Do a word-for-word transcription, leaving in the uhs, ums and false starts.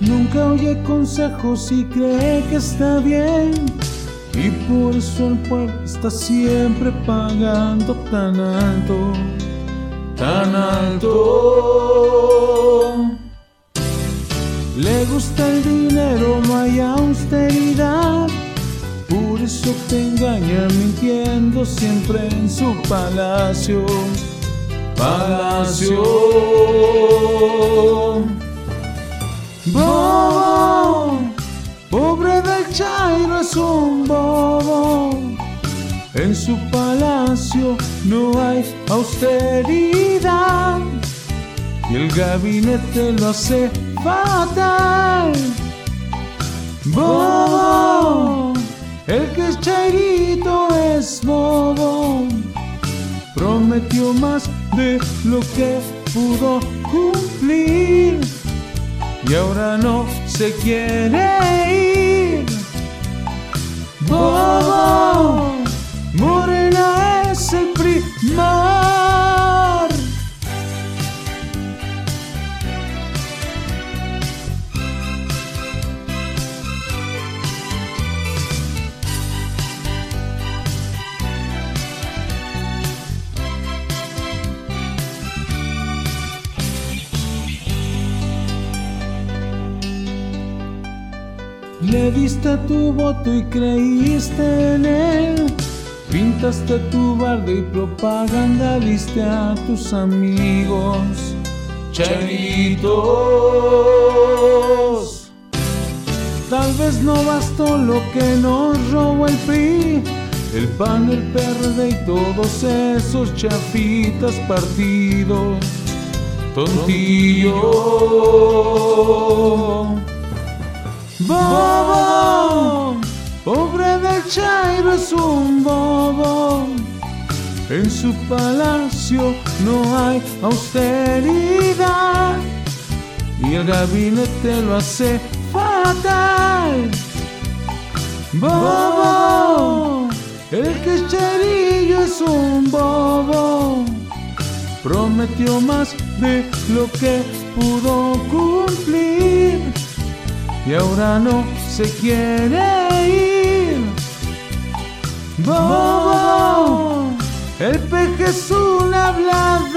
Nunca oye consejos y cree que está bien, y por eso el pueblo está siempre pagando tan alto, tan alto. Le gusta el dinero, no hay austeridad, por eso te engaña mintiendo siempre en su palacio, palacio. Bobo, pobre del Chairo es un bobo. En su palacio no hay austeridad y el gabinete lo hace fatal. Bobo, el que es Chairito es bobo. Prometió más de lo que pudo cumplir y ahora no se quiere ir. Bobo, Morena es el primar. Le diste tu voto y creíste en él, pintaste tu bardo y propaganda diste a tus amigos Chairitos. Tal vez no bastó lo que nos robó el P R I, el P A N, el P R D y todos esos chafitas partidos. Tontillo. Bobo, pobre del Chairo es un bobo. En su palacio no hay austeridad y el gabinete lo hace fatal. Bobo, el que es Chairillo es un bobo. Prometió más de lo que pudo cumplir y ahora no se quiere ir. Bobo, el peje es un hablador.